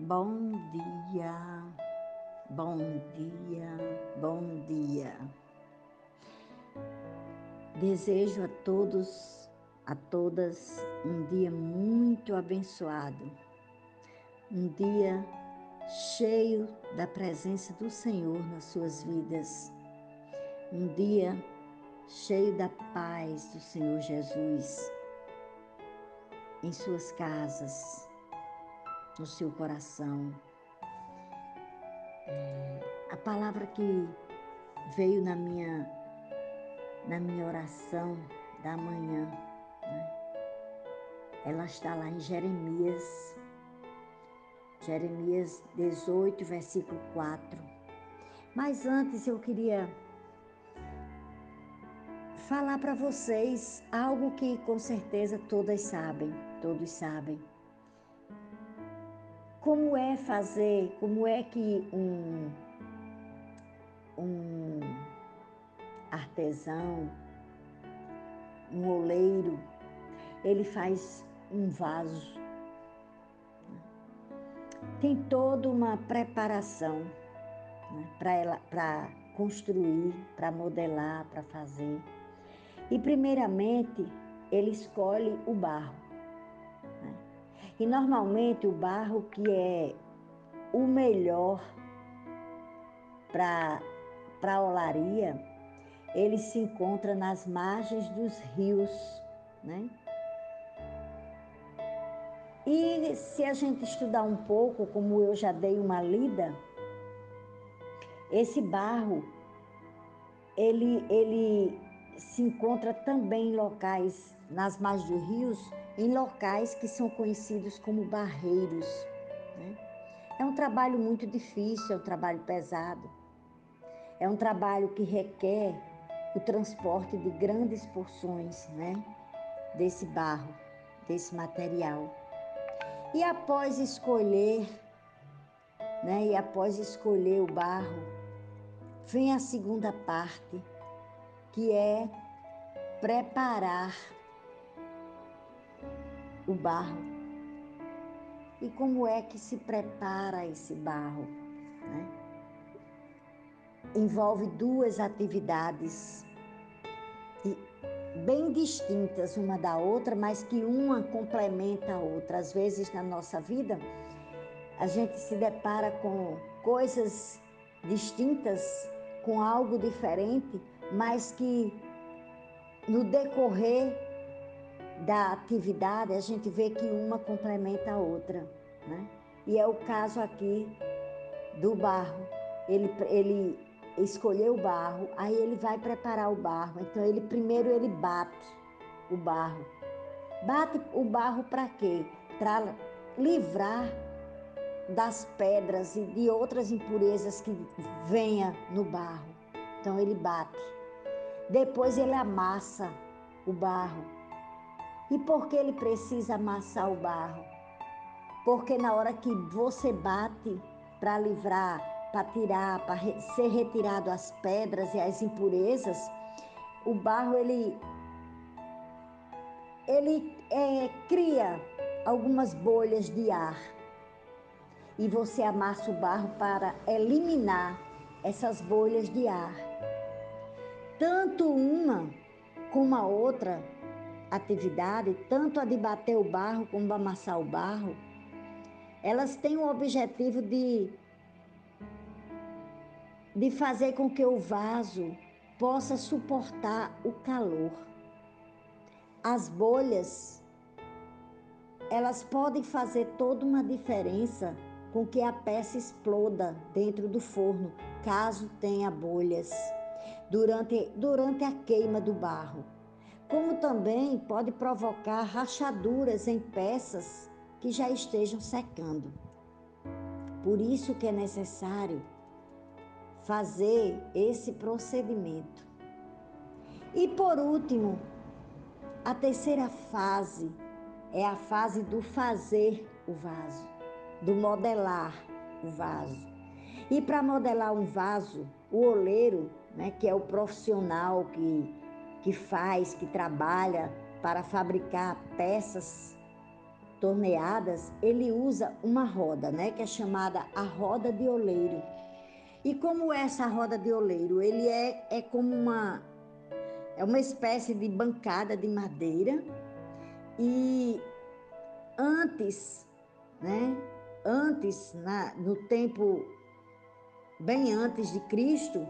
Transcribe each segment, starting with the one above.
Bom dia, bom dia, bom dia. Desejo a todos, a todas um dia muito abençoado, um dia cheio da presença do Senhor nas suas vidas, um dia cheio da paz do Senhor Jesus em suas casas, no seu coração. A palavra que veio na minha oração da manhã, né? Ela está lá em Jeremias 18, versículo 4. Mas antes eu queria falar para vocês algo que com certeza todos sabem. Como é que um artesão, um oleiro, ele faz um vaso. Tem toda uma preparação, né, para construir, para modelar, para fazer. E primeiramente, ele escolhe o barro, né? E normalmente o barro que é o melhor para a olaria, ele se encontra nas margens dos rios, né? E se a gente estudar um pouco, como eu já dei uma lida, esse barro, ele se encontra também em locais, nas margens dos rios, em locais que são conhecidos como barreiros, né? É um trabalho muito difícil, é um trabalho pesado, é um trabalho que requer o transporte de grandes porções, né, desse barro, desse material. E após escolher, né, o barro, vem a segunda parte, que é preparar o barro. E como é que se prepara esse barro, né? Envolve duas atividades bem distintas uma da outra, mas que uma complementa a outra. Às vezes na nossa vida, a gente se depara com coisas distintas, com algo diferente, mas que no decorrer da atividade a gente vê que uma complementa a outra, né? E é o caso aqui do barro. Ele escolheu o barro, aí ele vai preparar o barro. Então primeiro ele bate o barro. Bate o barro para quê? Para livrar das pedras e de outras impurezas que venha no barro. Então ele bate. Depois ele amassa o barro. E por que ele precisa amassar o barro? Porque na hora que você bate para livrar, para tirar, para ser retirado as pedras e as impurezas, o barro ele cria algumas bolhas de ar. E você amassa o barro para eliminar essas bolhas de ar. Tanto uma como a outra atividade, tanto a de bater o barro como a de amassar o barro, elas têm o objetivo de fazer com que o vaso possa suportar o calor. As bolhas, elas podem fazer toda uma diferença com que a peça exploda dentro do forno, caso tenha bolhas, durante a queima do barro. Como também pode provocar rachaduras em peças que já estejam secando. Por isso que é necessário fazer esse procedimento. E por último, a terceira fase é a fase do fazer o vaso, do modelar o vaso. E para modelar um vaso, o oleiro, né, que é o profissional que faz, que trabalha para fabricar peças torneadas, ele usa uma roda, né, que é chamada a roda de oleiro. E como essa roda de oleiro, ele é como uma espécie de bancada de madeira. E antes, né, no tempo bem antes de Cristo,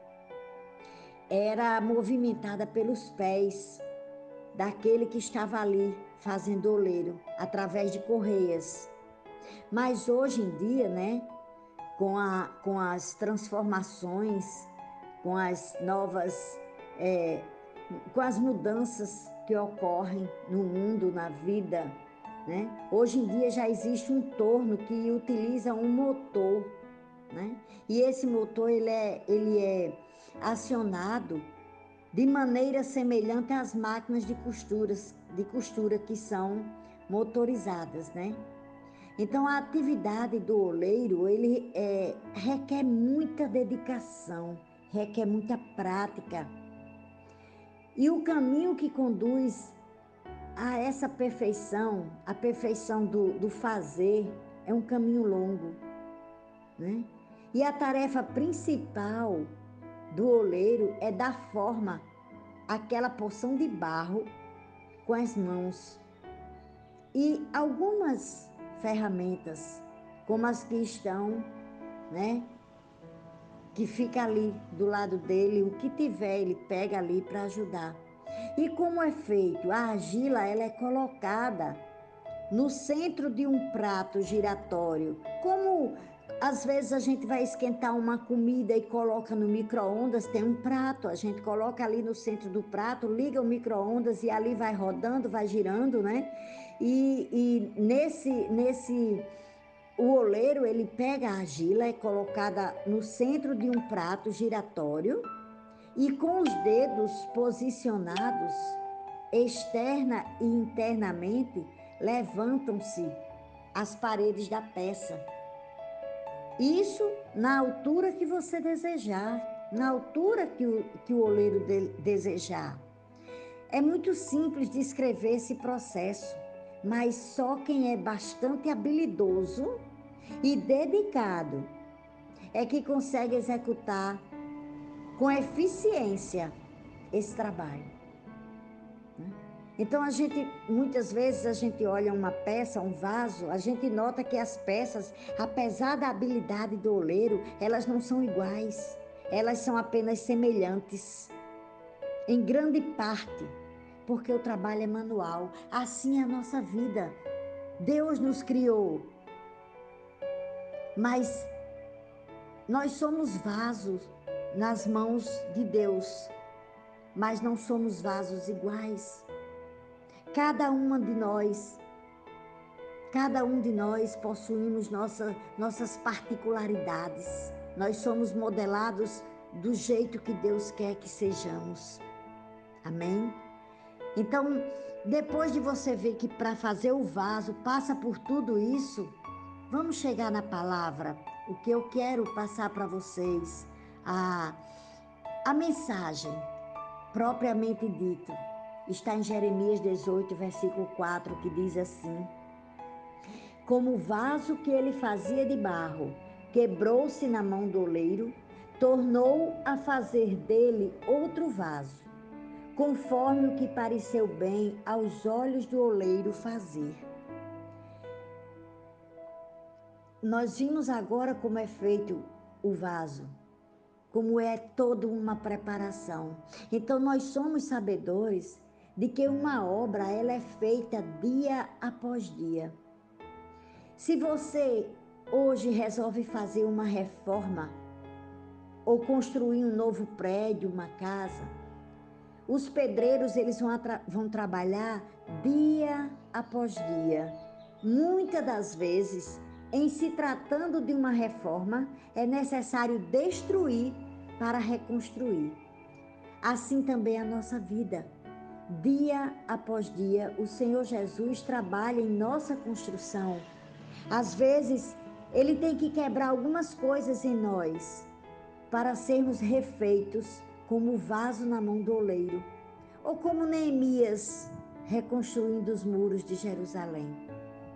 era movimentada pelos pés daquele que estava ali fazendo oleiro, através de correias. Mas hoje em dia, né, com as transformações, com as novas, com as mudanças que ocorrem no mundo, na vida, né? Hoje em dia já existe um torno que utiliza um motor, né? E esse motor ele é acionado de maneira semelhante às máquinas de costura que são motorizadas, né? Então, a atividade do oleiro, ele requer muita dedicação, requer muita prática. E o caminho que conduz a essa perfeição, a perfeição do fazer, é um caminho longo, né? E a tarefa principal do oleiro é dar forma àquela porção de barro com as mãos. E algumas ferramentas, como as que estão, né, que fica ali do lado dele, o que tiver ele pega ali para ajudar. E como é feito? A argila, ela é colocada no centro de um prato giratório. Como às vezes a gente vai esquentar uma comida e coloca no micro-ondas, tem um prato, a gente coloca ali no centro do prato, liga o micro-ondas e ali vai rodando, vai girando, né? E nesse o oleiro, ele pega a argila, é colocada no centro de um prato giratório e com os dedos posicionados externa e internamente, levantam-se as paredes da peça. Isso na altura que você desejar, na altura que o oleiro desejar. É muito simples descrever esse processo, mas só quem é bastante habilidoso e dedicado é que consegue executar com eficiência esse trabalho. Então muitas vezes a gente olha uma peça, um vaso, a gente nota que as peças, apesar da habilidade do oleiro, elas não são iguais, elas são apenas semelhantes, em grande parte, porque o trabalho é manual. Assim é a nossa vida. Deus nos criou, mas nós somos vasos nas mãos de Deus, mas não somos vasos iguais. Cada uma de nós Cada um de nós possuímos nossas particularidades. Nós somos modelados do jeito que Deus quer que sejamos. Amém? Então, depois de você ver que para fazer o vaso passa por tudo isso, vamos chegar na palavra. O que eu quero passar para vocês, a mensagem propriamente dita, está em Jeremias 18, versículo 4, que diz assim: como o vaso que ele fazia de barro quebrou-se na mão do oleiro, tornou a fazer dele outro vaso, conforme o que pareceu bem aos olhos do oleiro fazer. Nós vimos agora como é feito o vaso, como é toda uma preparação. Então nós somos sabedores de que uma obra ela é feita dia após dia. Se você hoje resolve fazer uma reforma ou construir um novo prédio, uma casa, os pedreiros eles vão trabalhar dia após dia. Muitas das vezes, em se tratando de uma reforma, é necessário destruir para reconstruir. Assim também é a nossa vida. Dia após dia, o Senhor Jesus trabalha em nossa construção. Às vezes, ele tem que quebrar algumas coisas em nós para sermos refeitos como o vaso na mão do oleiro, ou como Neemias reconstruindo os muros de Jerusalém.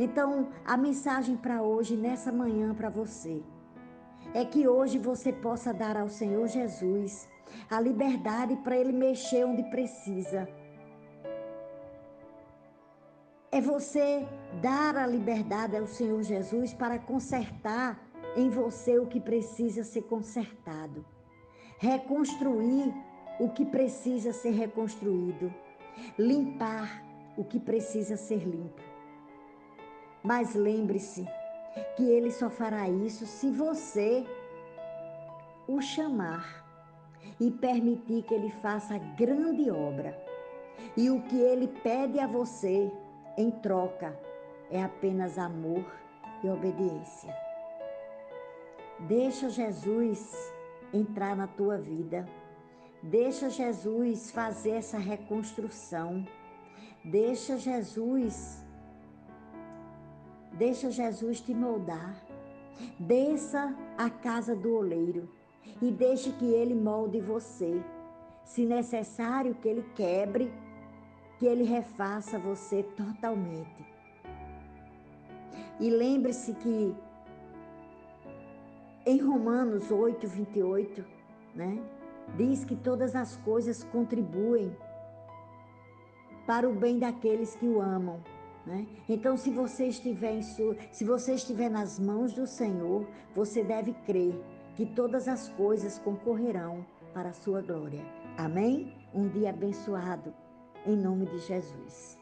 Então, a mensagem para hoje, nessa manhã para você, é que hoje você possa dar ao Senhor Jesus a liberdade para Ele mexer onde precisa. É você dar a liberdade ao Senhor Jesus para consertar em você o que precisa ser consertado. Reconstruir o que precisa ser reconstruído. Limpar o que precisa ser limpo. Mas lembre-se que Ele só fará isso se você o chamar e permitir que Ele faça a grande obra. E o que Ele pede a você em troca é apenas amor e obediência. Deixa Jesus entrar na tua vida. Deixa Jesus fazer essa reconstrução. Deixa Jesus te moldar. Desça à casa do oleiro e deixe que Ele molde você. Se necessário que Ele quebre, que Ele refaça você totalmente. E lembre-se que em Romanos 8, 28, né, diz que todas as coisas contribuem para o bem daqueles que o amam. Né? Então, se você estiver nas mãos do Senhor, você deve crer que todas as coisas concorrerão para a sua glória. Amém? Um dia abençoado, em nome de Jesus.